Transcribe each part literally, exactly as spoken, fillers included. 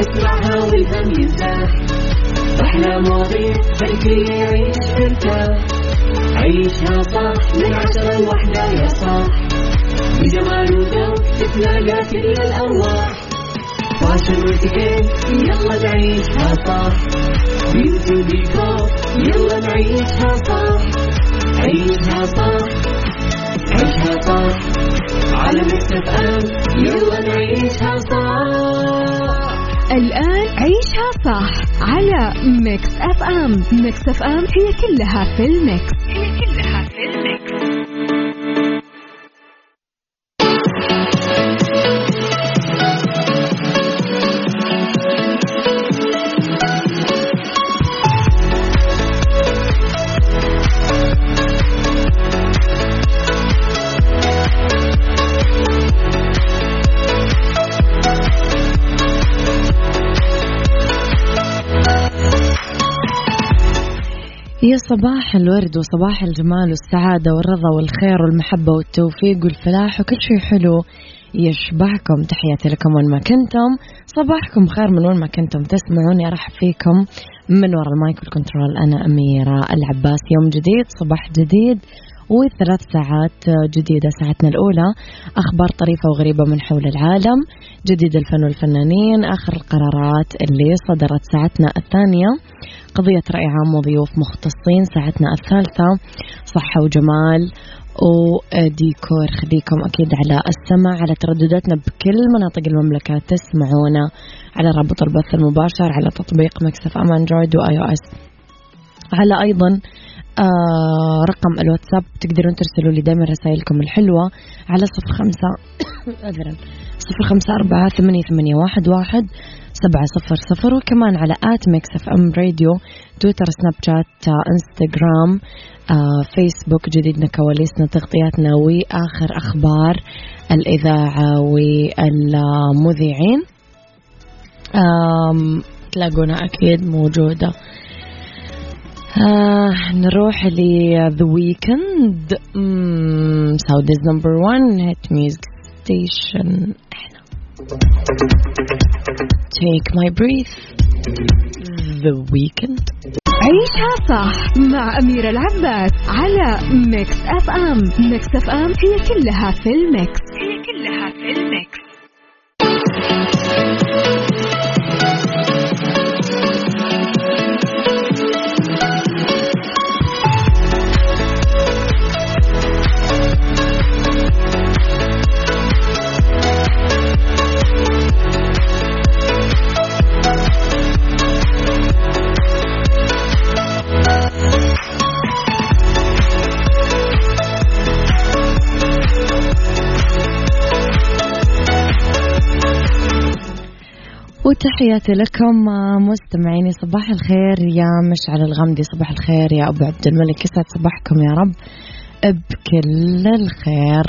يسمعها والهم ينزاح، أحلى مواضيع خلي يعيش مرتاح. عيشها صح من عشرة لوحدة يا صاح، بجمال وذوق تتلاقى كل الأرواح. فاشل واتيكيت يلا نعيشها صح، بيوتي وديكور يلا نعيشها صح. عيشها صح عيشها صح على ميكس اف ام، يلا نعيشها صح. الآن عيشها صح على ميكس اف ام. ميكس اف ام هي كلها في الميكس، هي كلها في الميكس. يا صباح الورد وصباح الجمال والسعادة والرضا والخير والمحبة والتوفيق والفلاح وكل شيء حلو يشبهكم. تحياتي لكم وين ما كنتم، صباحكم خير من وين ما كنتم تسمعوني. أرحب فيكم من وراء المايك والكنترول، أنا أميرة العباس. يوم جديد، صباح جديد، وثلاث ساعات جديدة. ساعتنا الأولى أخبار طريفة وغريبة من حول العالم، جديد الفن والفنانين، آخر القرارات اللي صدرت. ساعتنا الثانية قضية رأي عام وضيوف مختصين. ساعتنا الثالثة صحة وجمال وديكور. خليكم أكيد على السمع على تردداتنا بكل مناطق المملكة، تسمعونا على رابط البث المباشر على تطبيق ميكس اف ام اندرويد واي او اس، على أيضا آه رقم الواتساب تقدرون ترسلوا لي دائما رسائلكم الحلوة على صفر خمسة أذرا صفر خمسة أربعة ثمانية ثمانية واحد واحد سبعة صفر صفر، وكمان على آت ميكس اف ام راديو، تويتر، سناب شات، آه انستغرام، آه فيسبوك. جديدنا، كواليسنا، تغطياتنا، وآخر أخبار الإذاعة والمذيعين آه تلاقونا أكيد موجودة. آه نروح ل The Weeknd. Saudi's number one hit music station. احنا Take my breath. The Weeknd. عيشها صح مع أميرة العباس على ميكس اف ام. ميكس اف ام هي كلها في الميكس، هي كلها في الميكس. وتحياتي لكم مستمعيني. صباح الخير يا مشعل الغامدي، صباح الخير يا أبو عبد الملك، يسعد صباحكم يا رب بكل الخير.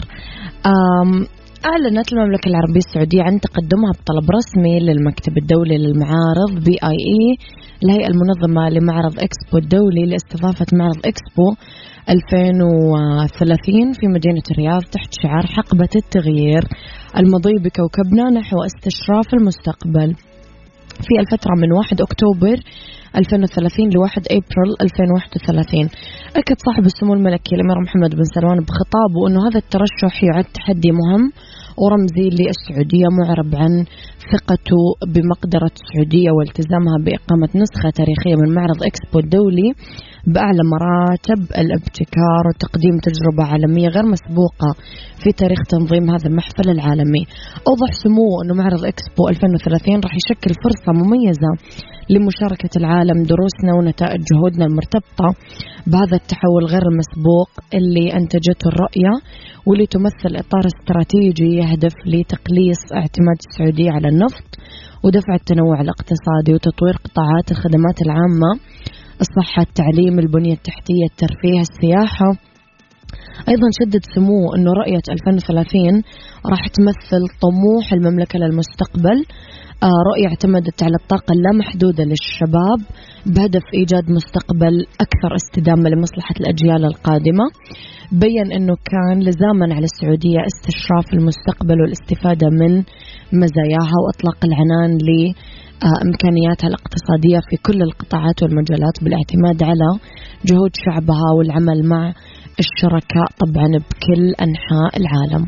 أعلنت المملكة العربية السعودية عن تقدمها بطلب رسمي للمكتب الدولي للمعارض بي آي إي، الهيئة المنظمة لمعرض إكسبو الدولي، لاستضافة معرض إكسبو ألفين وثلاثين في مدينة الرياض تحت شعار حقبة التغيير، المضي بكوكبنا نحو استشراف المستقبل، في الفترة من واحد أكتوبر ألفين وثلاثين لواحد أبريل ألفين وواحد وثلاثين. أكد صاحب السمو الملكي الأمير محمد بن سلمان بخطابه أنه هذا الترشح يعد تحدي مهم ورمزي للسعودية، معرب عن ثقته بمقدرة السعودية والتزامها بإقامة نسخة تاريخية من معرض إكسبو الدولي بأعلى مراتب الابتكار وتقديم تجربة عالمية غير مسبوقة في تاريخ تنظيم هذا المحفل العالمي. أوضح سموه أنه معرض إكسبو ألفين وثلاثين راح يشكل فرصة مميزة لمشاركة العالم دروسنا ونتائج جهودنا المرتبطة بهذا التحول غير المسبوق اللي أنتجته الرؤية، واللي تمثل إطار استراتيجي يهدف لتقليص اعتماد السعودية على النفط ودفع التنوع الاقتصادي وتطوير قطاعات الخدمات العامة، الصحة، التعليم، البنية التحتية، الترفيه، السياحة. أيضا شدد سموه أنه رؤية ألفين وثلاثين راح تمثل طموح المملكة للمستقبل، رؤية اعتمدت على الطاقة اللامحدودة للشباب بهدف إيجاد مستقبل أكثر استدامة لمصلحة الأجيال القادمة. بيّن أنه كان لزاما على السعودية استشراف المستقبل والاستفادة من مزاياها وأطلاق العنان ل إمكانياتها الاقتصادية في كل القطاعات والمجالات بالاعتماد على جهود شعبها والعمل مع الشركاء طبعا بكل أنحاء العالم.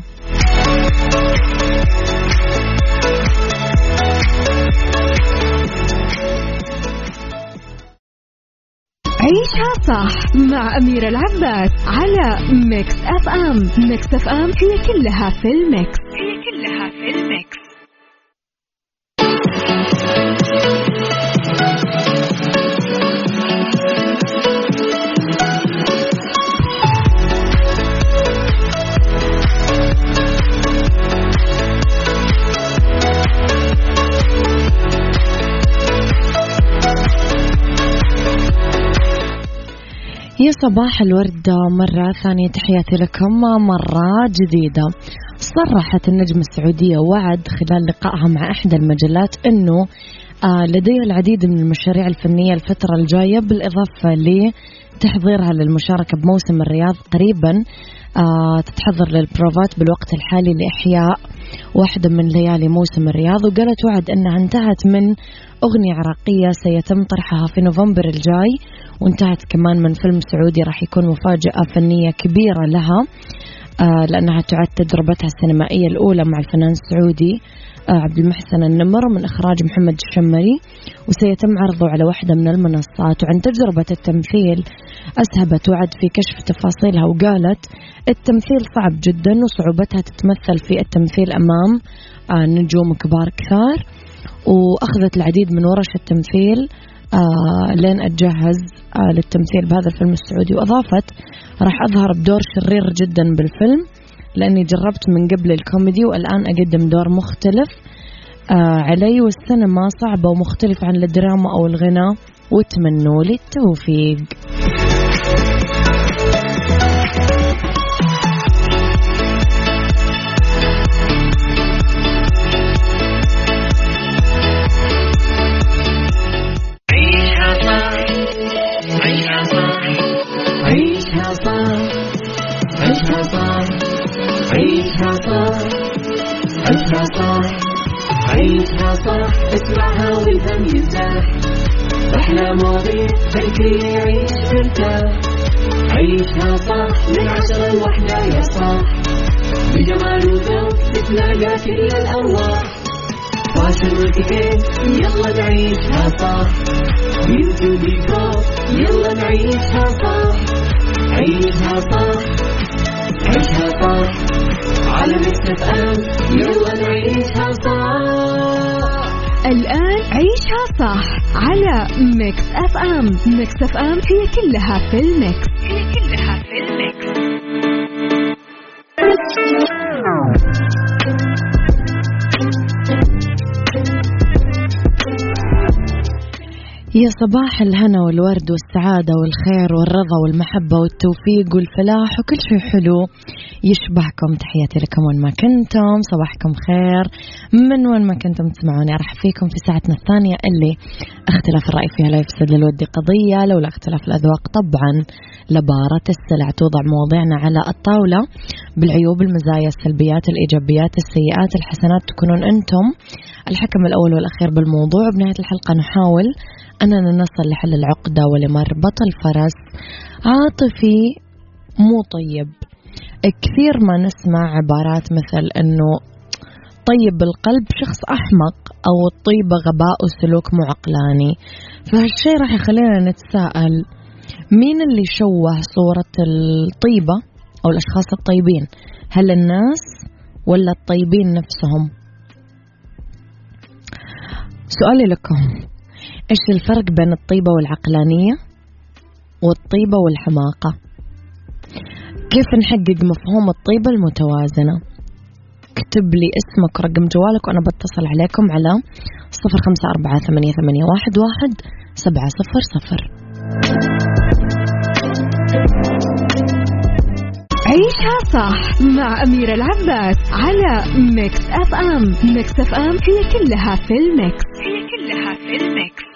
عيشها صح مع أميرة العباس على ميكس أف أم. ميكس أف أم هي كلها في الميكس، هي كلها في الميكس. يا صباح الورد مرة ثانية، تحياتي لكم مرة جديدة. صرحت النجمة السعودية وعد خلال لقائها مع إحدى المجلات أنه لديها العديد من المشاريع الفنية الفترة الجاية، بالإضافة لتحضيرها للمشاركة بموسم الرياض قريبا. تتحضر للبروفات بالوقت الحالي لإحياء واحدة من ليالي موسم الرياض. وقالت وعد أنها انتهت من أغنية عراقية سيتم طرحها في نوفمبر الجاي، وانتهت كمان من فيلم سعودي راح يكون مفاجأة فنية كبيرة لها آه لأنها تعد تجربتها السينمائية الأولى مع الفنان السعودي آه عبد المحسن النمر من إخراج محمد الشمري، وسيتم عرضه على واحدة من المنصات. وعن تجربة التمثيل أسهبت وعد في كشف تفاصيلها وقالت التمثيل صعب جدا، وصعوبتها تتمثل في التمثيل أمام آه نجوم كبار كثار، وأخذت العديد من ورش التمثيل آه لين أتجهز آه للتمثيل بهذا الفيلم السعودي. وأضافت راح أظهر بدور شرير جدا بالفيلم لأني جربت من قبل الكوميدي والآن أقدم دور مختلف آه علي، والسينما صعبة ومختلف عن الدراما أو الغناء، وتمنوا لي التوفيق. عيشها صح، عيشها صح، عيشها صح، عيشها صح، اسمعها والهم ينزاح، أحلى مواضيع خلي يعيش مرتاح. عيشها صح من عشرة لوحدة يا صاح، بجمال وذوق تتلاقى كل الأرواح، فاشل واتيكيت يلا نعيشها صح، بيوتي وديكور يلا نعيشها صح. عيشها صح، عيشها صح، على ميكس أف أم يلا نعيشها صح. الآن عيشها صح على ميكس أف أم. ميكس أف أم هي كلها في الميكس، هي كلها في الميكس. يا صباح الهنا والورد والسعادة والخير والرضا والمحبة والتوفيق والفلاح وكل شيء حلو يشبهكم. تحياتي لكم وين ما كنتم، صباحكم خير من وين ما كنتم تسمعوني. أرحب فيكم في ساعتنا الثانية اللي اختلاف الرأي فيها لا يفسد للود قضية، لولا اختلاف الأذواق طبعا لبارة السلع. توضع مواضيعنا على الطاولة بالعيوب، المزايا، السلبيات، الإيجابيات، السيئات، الحسنات، تكونون أنتم الحكم الأول والأخير بالموضوع. بنهاية الحلقة نحاول أننا نصل لحل العقدة ولمربط الفرس. عاطفي مو طيب. كثير ما نسمع عبارات مثل أنه طيب القلب شخص أحمق، أو الطيبة غباء وسلوك مو عقلاني. فهالشيء راح يخلينا نتساءل مين اللي شوه صورة الطيبة أو الأشخاص الطيبين؟ هل الناس ولا الطيبين نفسهم؟ سؤالي لكم، إيش الفرق بين الطيبة والعقلانية والطيبة والحماقة؟ كيف نحقق مفهوم الطيبة المتوازنة؟ اكتب لي اسمك ورقم جوالك وأنا بتصل عليكم على صفر خمسة أربعة ثمانية ثمانية واحد واحد سبعة صفر صفر. عيشها صح مع أميرة العباس على ميكس أف أم. ميكس أف أم هي كلها في الميكس، هي كلها في الميكس.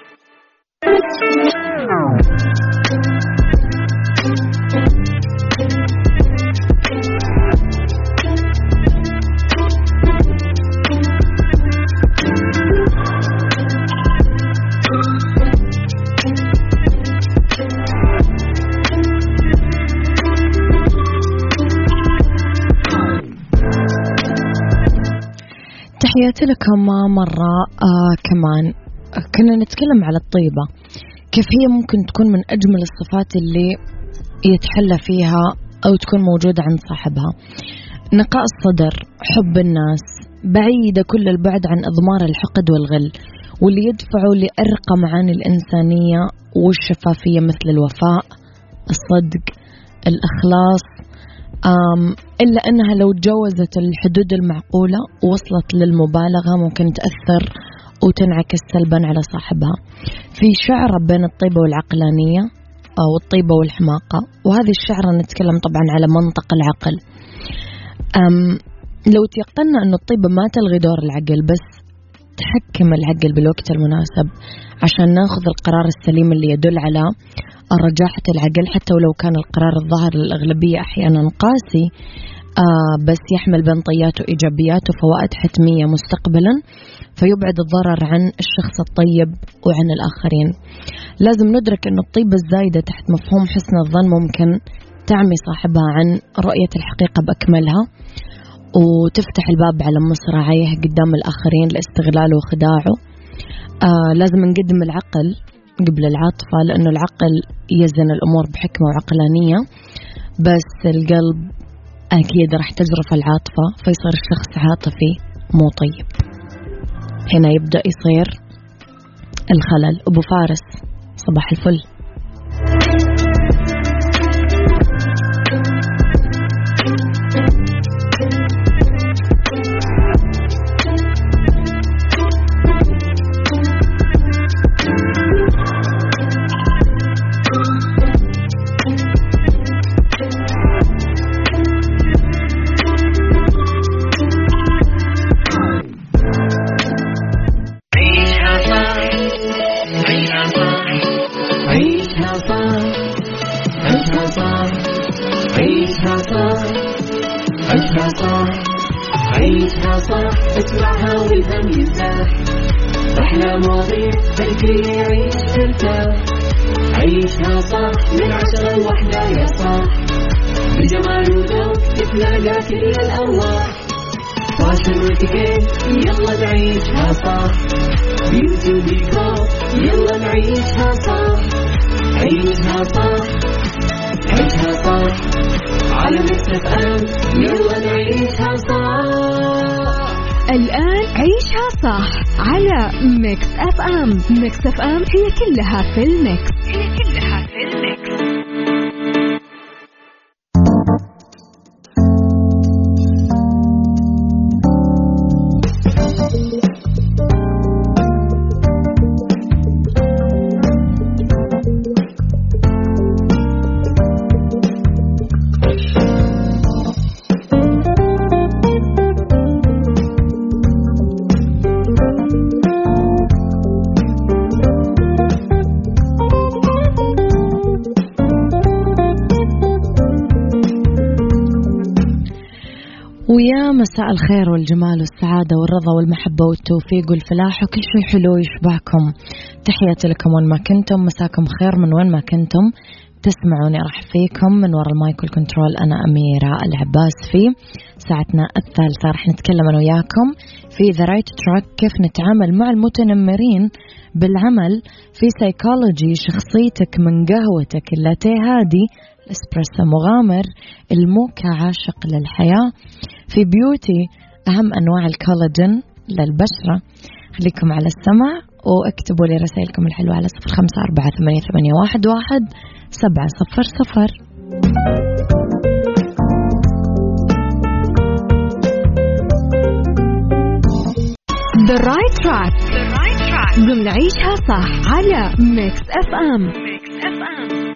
تحياتي لكم مرة آه كمان. آه كنا نتكلم على الطيبة، كيف هي ممكن تكون من أجمل الصفات اللي يتحلى فيها أو تكون موجودة عند صاحبها. نقاء الصدر، حب الناس، بعيدة كل البعد عن إضمار الحقد والغل، واللي يدفعوا لأرقى معاني الإنسانية والشفافية مثل الوفاء، الصدق، الإخلاص. إلا أنها لو تجاوزت الحدود المعقولة ووصلت للمبالغة ممكن تأثر وتنعكس سلبا على صاحبها. في شعرة بين الطيبة والعقلانية أو الطيبة والحماقة، وهذه الشعرة نتكلم طبعا على منطق العقل. أم لو تيقنا أن الطيبة ما تلغي دور العقل، بس تحكم العقل بالوقت المناسب عشان ناخذ القرار السليم اللي يدل على رجاحة العقل، حتى ولو كان القرار الظاهر للأغلبية أحيانا قاسي، آه بس يحمل بين طياته وإيجابيات وفوائد حتمية مستقبلا، فيبعد الضرر عن الشخص الطيب وعن الآخرين. لازم ندرك أن الطيبة الزايدة تحت مفهوم حسن الظن ممكن تعمي صاحبها عن رؤية الحقيقة بأكملها، وتفتح الباب على مصراعيه قدام الآخرين لاستغلاله وخداعه. آه لازم نقدم العقل قبل العاطفة، لأنه العقل يزن الأمور بحكمة وعقلانية، بس القلب أكيد راح تجرف العاطفة فيصير الشخص عاطفي مو طيب. هنا يبدأ يصير الخلل. أبو فارس، صباح الفل. عيشها صح، اسمعها والهم يرتاح، أحلى مواضيع خلي يعيش ترتاح. عيشها صح من عشرة لوحدة يا صاح، بجمال وذوق تتلاقى كل الأرواح. فاشل واتيكيت يلا نعيشها صح، بيوتي وديكور يلا نعيشها صح. عيشها صح، عيشها صح على ميكس اف ام، يلا نعيشها صح. الآن عيشها صح على ميكس اف ام. ميكس اف ام هي كلها في الميكس، هي كلها في الميكس. ويا مساء الخير والجمال والسعادة والرضا والمحبة والتوفيق والفلاح وكل شيء حلو يشبهكم. تحياتي لكم وين ما كنتم، مساكم خير من وين ما كنتم تسمعوني. راح فيكم من وراء المايك والكنترول أنا أميرة العباس. في ساعتنا الثالثة راح نتكلم أنا وياكم في The Right Track، كيف نتعامل مع المتنمرين بالعمل، في سايكولوجي شخصيتك من قهوتك اللاتيه هادي الاسبريسو مغامر، الموكا عاشق للحياة، في بيوتي أهم أنواع الكولاجين للبشرة. خليكم على السمع واكتبوا لي رسائلكم الحلوة على صفر خمسة أربعة ثمانية ثمانية واحد واحد سبعة صفر صفر. The Right Track. The Right Track. ضمن عيشها صح على ميكس اف ام. ميكس اف ام.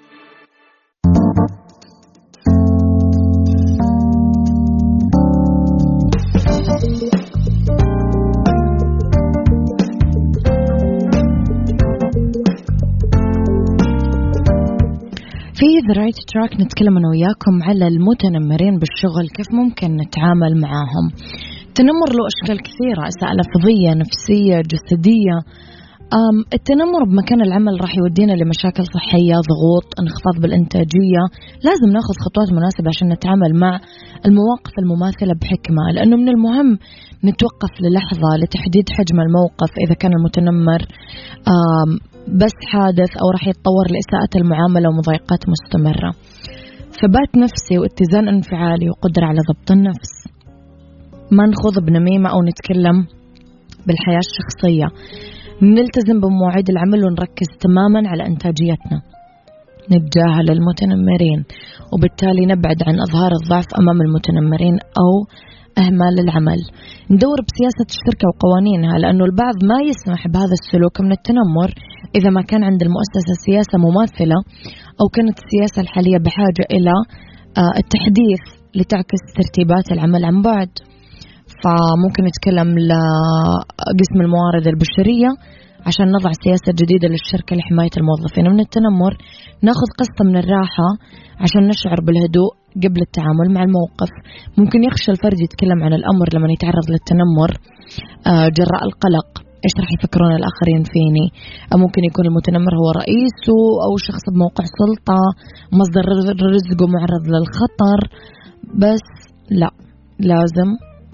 في The Right Track نتكلم أنا وياكم على المتنمرين بالشغل، كيف ممكن نتعامل معهم. التنمر له أشكال كثيرة، إساءة لفظية، نفسية، جسدية، التنمر بمكان العمل راح يودينا لمشاكل صحية، ضغوط، انخفاض بالإنتاجية. لازم ناخذ خطوات مناسبة عشان نتعامل مع المواقف المماثلة بحكمة، لأنه من المهم نتوقف للحظة لتحديد حجم الموقف. إذا كان المتنمر بس حادث أو راح يتطور لإساءة المعاملة ومضايقات مستمرة. ثبات نفسي واتزان انفعالي وقدرة على ضبط النفس. ما نخوض بنميمة أو نتكلم بالحياة الشخصية. نلتزم بمواعيد العمل ونركز تماما على إنتاجيتنا. نتجاهل المتنمرين وبالتالي نبعد عن إظهار الضعف أمام المتنمرين أو إهمال العمل. ندور بسياسة الشركة وقوانينها، لأنه البعض ما يسمح بهذا السلوك من التنمر إذا ما كان عند المؤسسة سياسة مماثلة أو كانت السياسة الحالية بحاجة إلى التحديث لتعكس ترتيبات العمل عن بعد. فممكن نتكلم لقسم الموارد البشرية عشان نضع سياسة جديدة للشركة لحماية الموظفين من التنمر. ناخذ قسط من الراحة عشان نشعر بالهدوء قبل التعامل مع الموقف. ممكن يخشى الفرد يتكلم عن الأمر لما يتعرض للتنمر جراء القلق. إيش راح يفكرون الآخرين فيني؟ ممكن يكون المتنمر هو رئيسه أو شخص بموقع سلطة، مصدر رزقه معرض للخطر. بس لا، لازم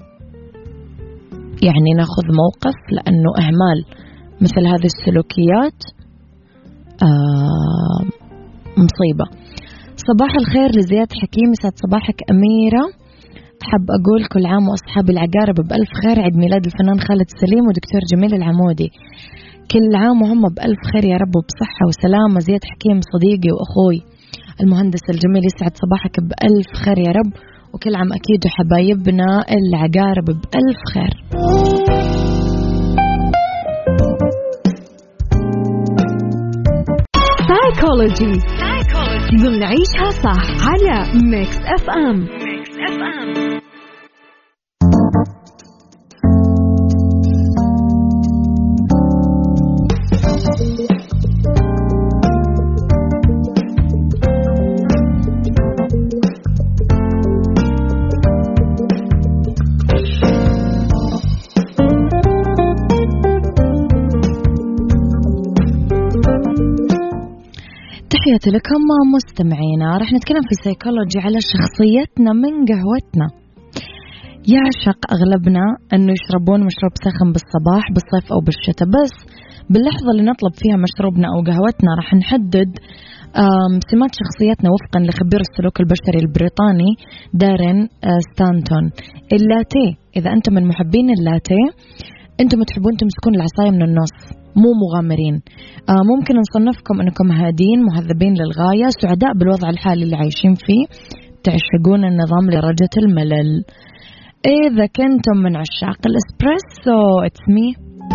يعني ناخذ موقف، لأنه إهمال مثل هذه السلوكيات آه مصيبة. صباح الخير لزياد حكيم، يسعد صباحك أميرة. أحب أقول كل عام وأصحاب العقارب بألف خير، عيد ميلاد الفنان خالد سليم ودكتور جميل العمودي. كل عام وهم بألف خير يا رب وبصحة وسلامة. زياد حكيم صديقي وأخوي المهندس الجميل، يسعد صباحك بألف خير يا رب، وكل عام أكيد حبايبنا العقارب بألف خير. سايكولوجي ضمن عيشها صح على ميكس اف ام. ميكس اف ام. تحياتي لكم مستمعينا. رح نتكلم في سيكولوجي على شخصيتنا من قهوتنا. يعشق أغلبنا أنه يشربون مشروب سخن بالصباح بالصيف أو بالشتاء، بس باللحظة اللي نطلب فيها مشروبنا أو قهوتنا رح نحدد سمات شخصيتنا وفقا لخبير السلوك البشري البريطاني دارين ستانتون. اللاتيه، إذا أنتم من محبين اللاتيه أنتم تحبون تمسكون العصاية من النص، مو مغامرين. آه ممكن نصنفكم أنكم هادين مهذبين للغاية، سعداء بالوضع الحالي اللي عايشين فيه، تعشقون النظام لدرجة الملل. إذا كنتم من عشاق الإسبريسو اتس مي.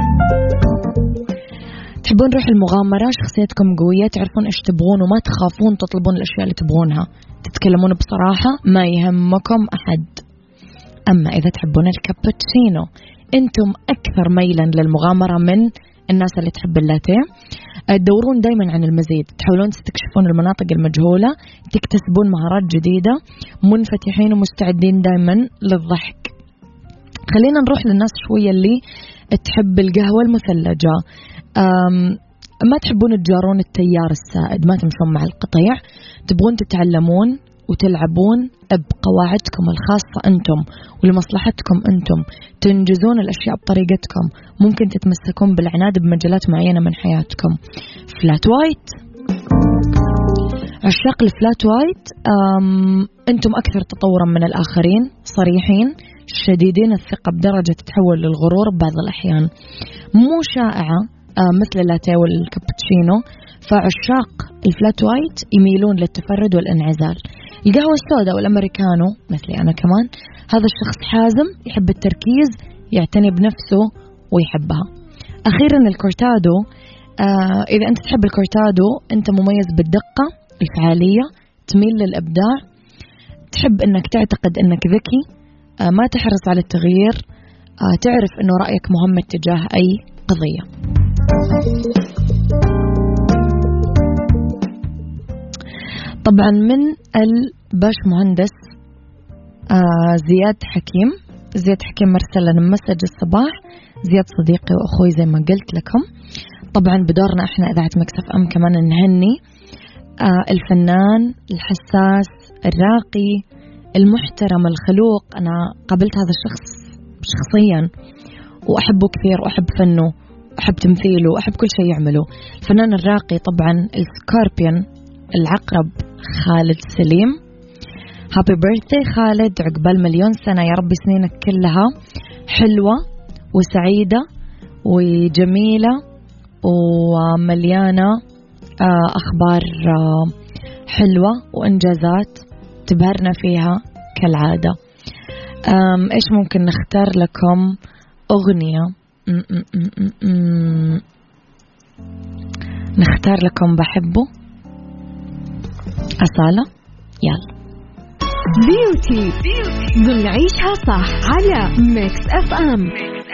تحبون روح المغامرة، شخصيتكم قوية، تعرفون إيش تبغون وما تخافون تطلبون الأشياء اللي تبغونها، تتكلمون بصراحة، ما يهمكم أحد. أما إذا تحبون الكابتشينو، أنتم أكثر ميلا للمغامرة من الناس اللي تحب اللاتيه. تدورون دايما عن المزيد، تحاولون تستكشفون المناطق المجهولة، تكتسبون مهارات جديدة، منفتحين ومستعدين دايما للضحك. خلينا نروح للناس شوية اللي تحب القهوة المثلجة. ما تحبون تجارون التيار السائد، ما تمشون مع القطيع، تبغون تتعلمون وتلعبون بقواعدكم الخاصة أنتم ولمصلحتكم أنتم، تنجزون الأشياء بطريقتكم، ممكن تتمسكون بالعناد بمجالات معينة من حياتكم. فلات وايت، عشاق الفلات وايت، أنتم أكثر تطورا من الآخرين، صريحين، شديدين الثقة بدرجة تتحول للغرور ببعض الأحيان، مو شائعة مثل اللاتيه والكابتشينو. فعشاق الفلات وايت يميلون للتفرد والانعزال. القهوة السوداء والأمريكانو مثلي أنا كمان، هذا الشخص حازم، يحب التركيز، يعتني بنفسه ويحبها. أخيرا الكورتادو، آه إذا أنت تحب الكورتادو أنت مميز بالدقة، الفعالية، تميل للإبداع، تحب أنك تعتقد أنك ذكي، آه ما تحرص على التغيير، آه تعرف أنه رأيك مهم تجاه أي قضية. طبعا من الباش مهندس آه زياد حكيم. زياد حكيم مرسل لنا مسج الصباح. زياد صديقي وأخوي زي ما قلت لكم. طبعا بدورنا إحنا إذاعة ميكس إف أم كمان نهني آه الفنان الحساس الراقي المحترم الخلوق. أنا قابلت هذا الشخص شخصيا وأحبه كثير وأحب فنه وأحب تمثيله وأحب كل شيء يعمله. الفنان الراقي طبعا السكوربيون العقرب خالد سليم. هابي بيرثدي خالد، عقبال مليون سنة يا رب، سنينك كلها حلوة وسعيدة وجميلة ومليانة أخبار حلوة وإنجازات تبهرنا فيها كالعادة. إيش ممكن نختار لكم أغنية؟ م -م -م -م -م. نختار لكم بحبه أصالة. يلا بيوتي ضمن عيشها صح على ميكس اف ام.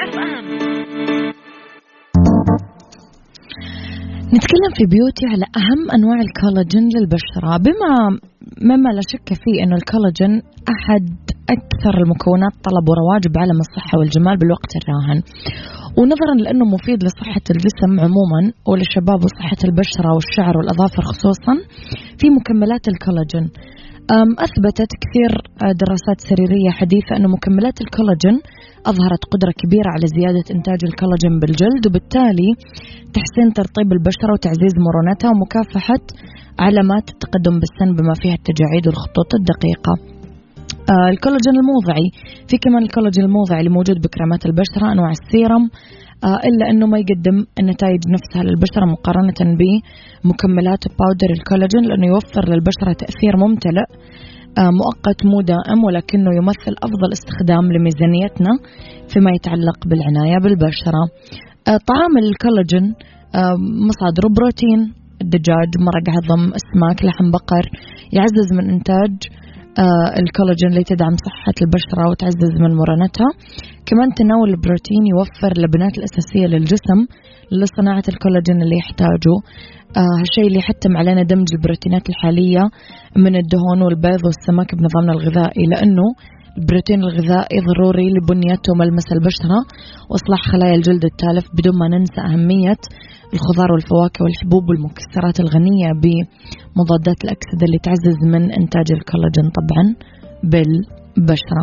نتكلم في بيوتي على أهم أنواع الكولاجين للبشرة، بما مما لا شك فيه أنه الكولاجين أحد أكثر المكونات طلب ورواج بعالم الصحة والجمال بالوقت الراهن، ونظرا لأنه مفيد لصحة الجسم عموما وللشباب وصحة البشرة والشعر والأظافر خصوصا، في مكملات الكولاجين أثبتت كثير دراسات سريرية حديثة أن مكملات الكولاجين أظهرت قدرة كبيرة على زيادة إنتاج الكولاجين بالجلد، وبالتالي تحسين ترطيب البشرة وتعزيز مرونتها ومكافحة علامات التقدم بالسن بما فيها التجاعيد والخطوط الدقيقة. آه الكولاجين الموضعي، في كمان الكولاجين الموضعي اللي موجود بكريمات البشرة أنواع السيرم، آه إلا أنه ما يقدم النتائج نفسها للبشرة مقارنة بمكملات باودر الكولاجين، لأنه يوفر للبشرة تأثير ممتلئ آه مؤقت مو دائم، ولكنه يمثل أفضل استخدام لميزانيتنا فيما يتعلق بالعناية بالبشرة. آه طعام الكولاجين آه مصادر بروتين، الدجاج، مرق عظم، أسماك، لحم بقر، يعزز من إنتاج آه الكولاجين اللي تدعم صحة البشرة وتعزز من مرونتها. كمان تناول البروتين يوفر اللبنات الأساسية للجسم لصناعة الكولاجين اللي يحتاجه. آه هالشيء اللي يحتم علينا دمج البروتينات الحالية من الدهون والبيض والسمك بنظامنا الغذائي، لأنه البروتين الغذائي ضروري لبنية وملمس البشرة وإصلاح خلايا الجلد التالف، بدون ما ننسى أهمية الخضار والفواكه والحبوب والمكسرات الغنية بمضادات الأكسدة اللي تعزز من إنتاج الكولاجين طبعا بالبشرة.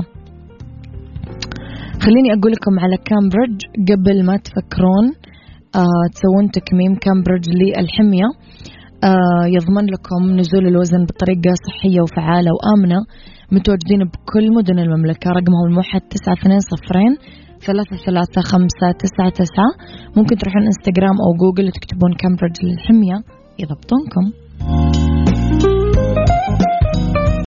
خليني أقول لكم على كامبريدج قبل ما تفكرون آه تسوون تكميم. كامبريدج للحمية آه يضمن لكم نزول الوزن بطريقة صحية وفعالة وآمنة، متواجدين بكل مدن المملكة. رقمهم الموحد تسعة اثنين صفرين ثلاثة ثلاثة خمسة تسعة تسعة. ممكن تروحون انستغرام أو جوجل وتكتبون كامبريدج للحمية يضبطونكم.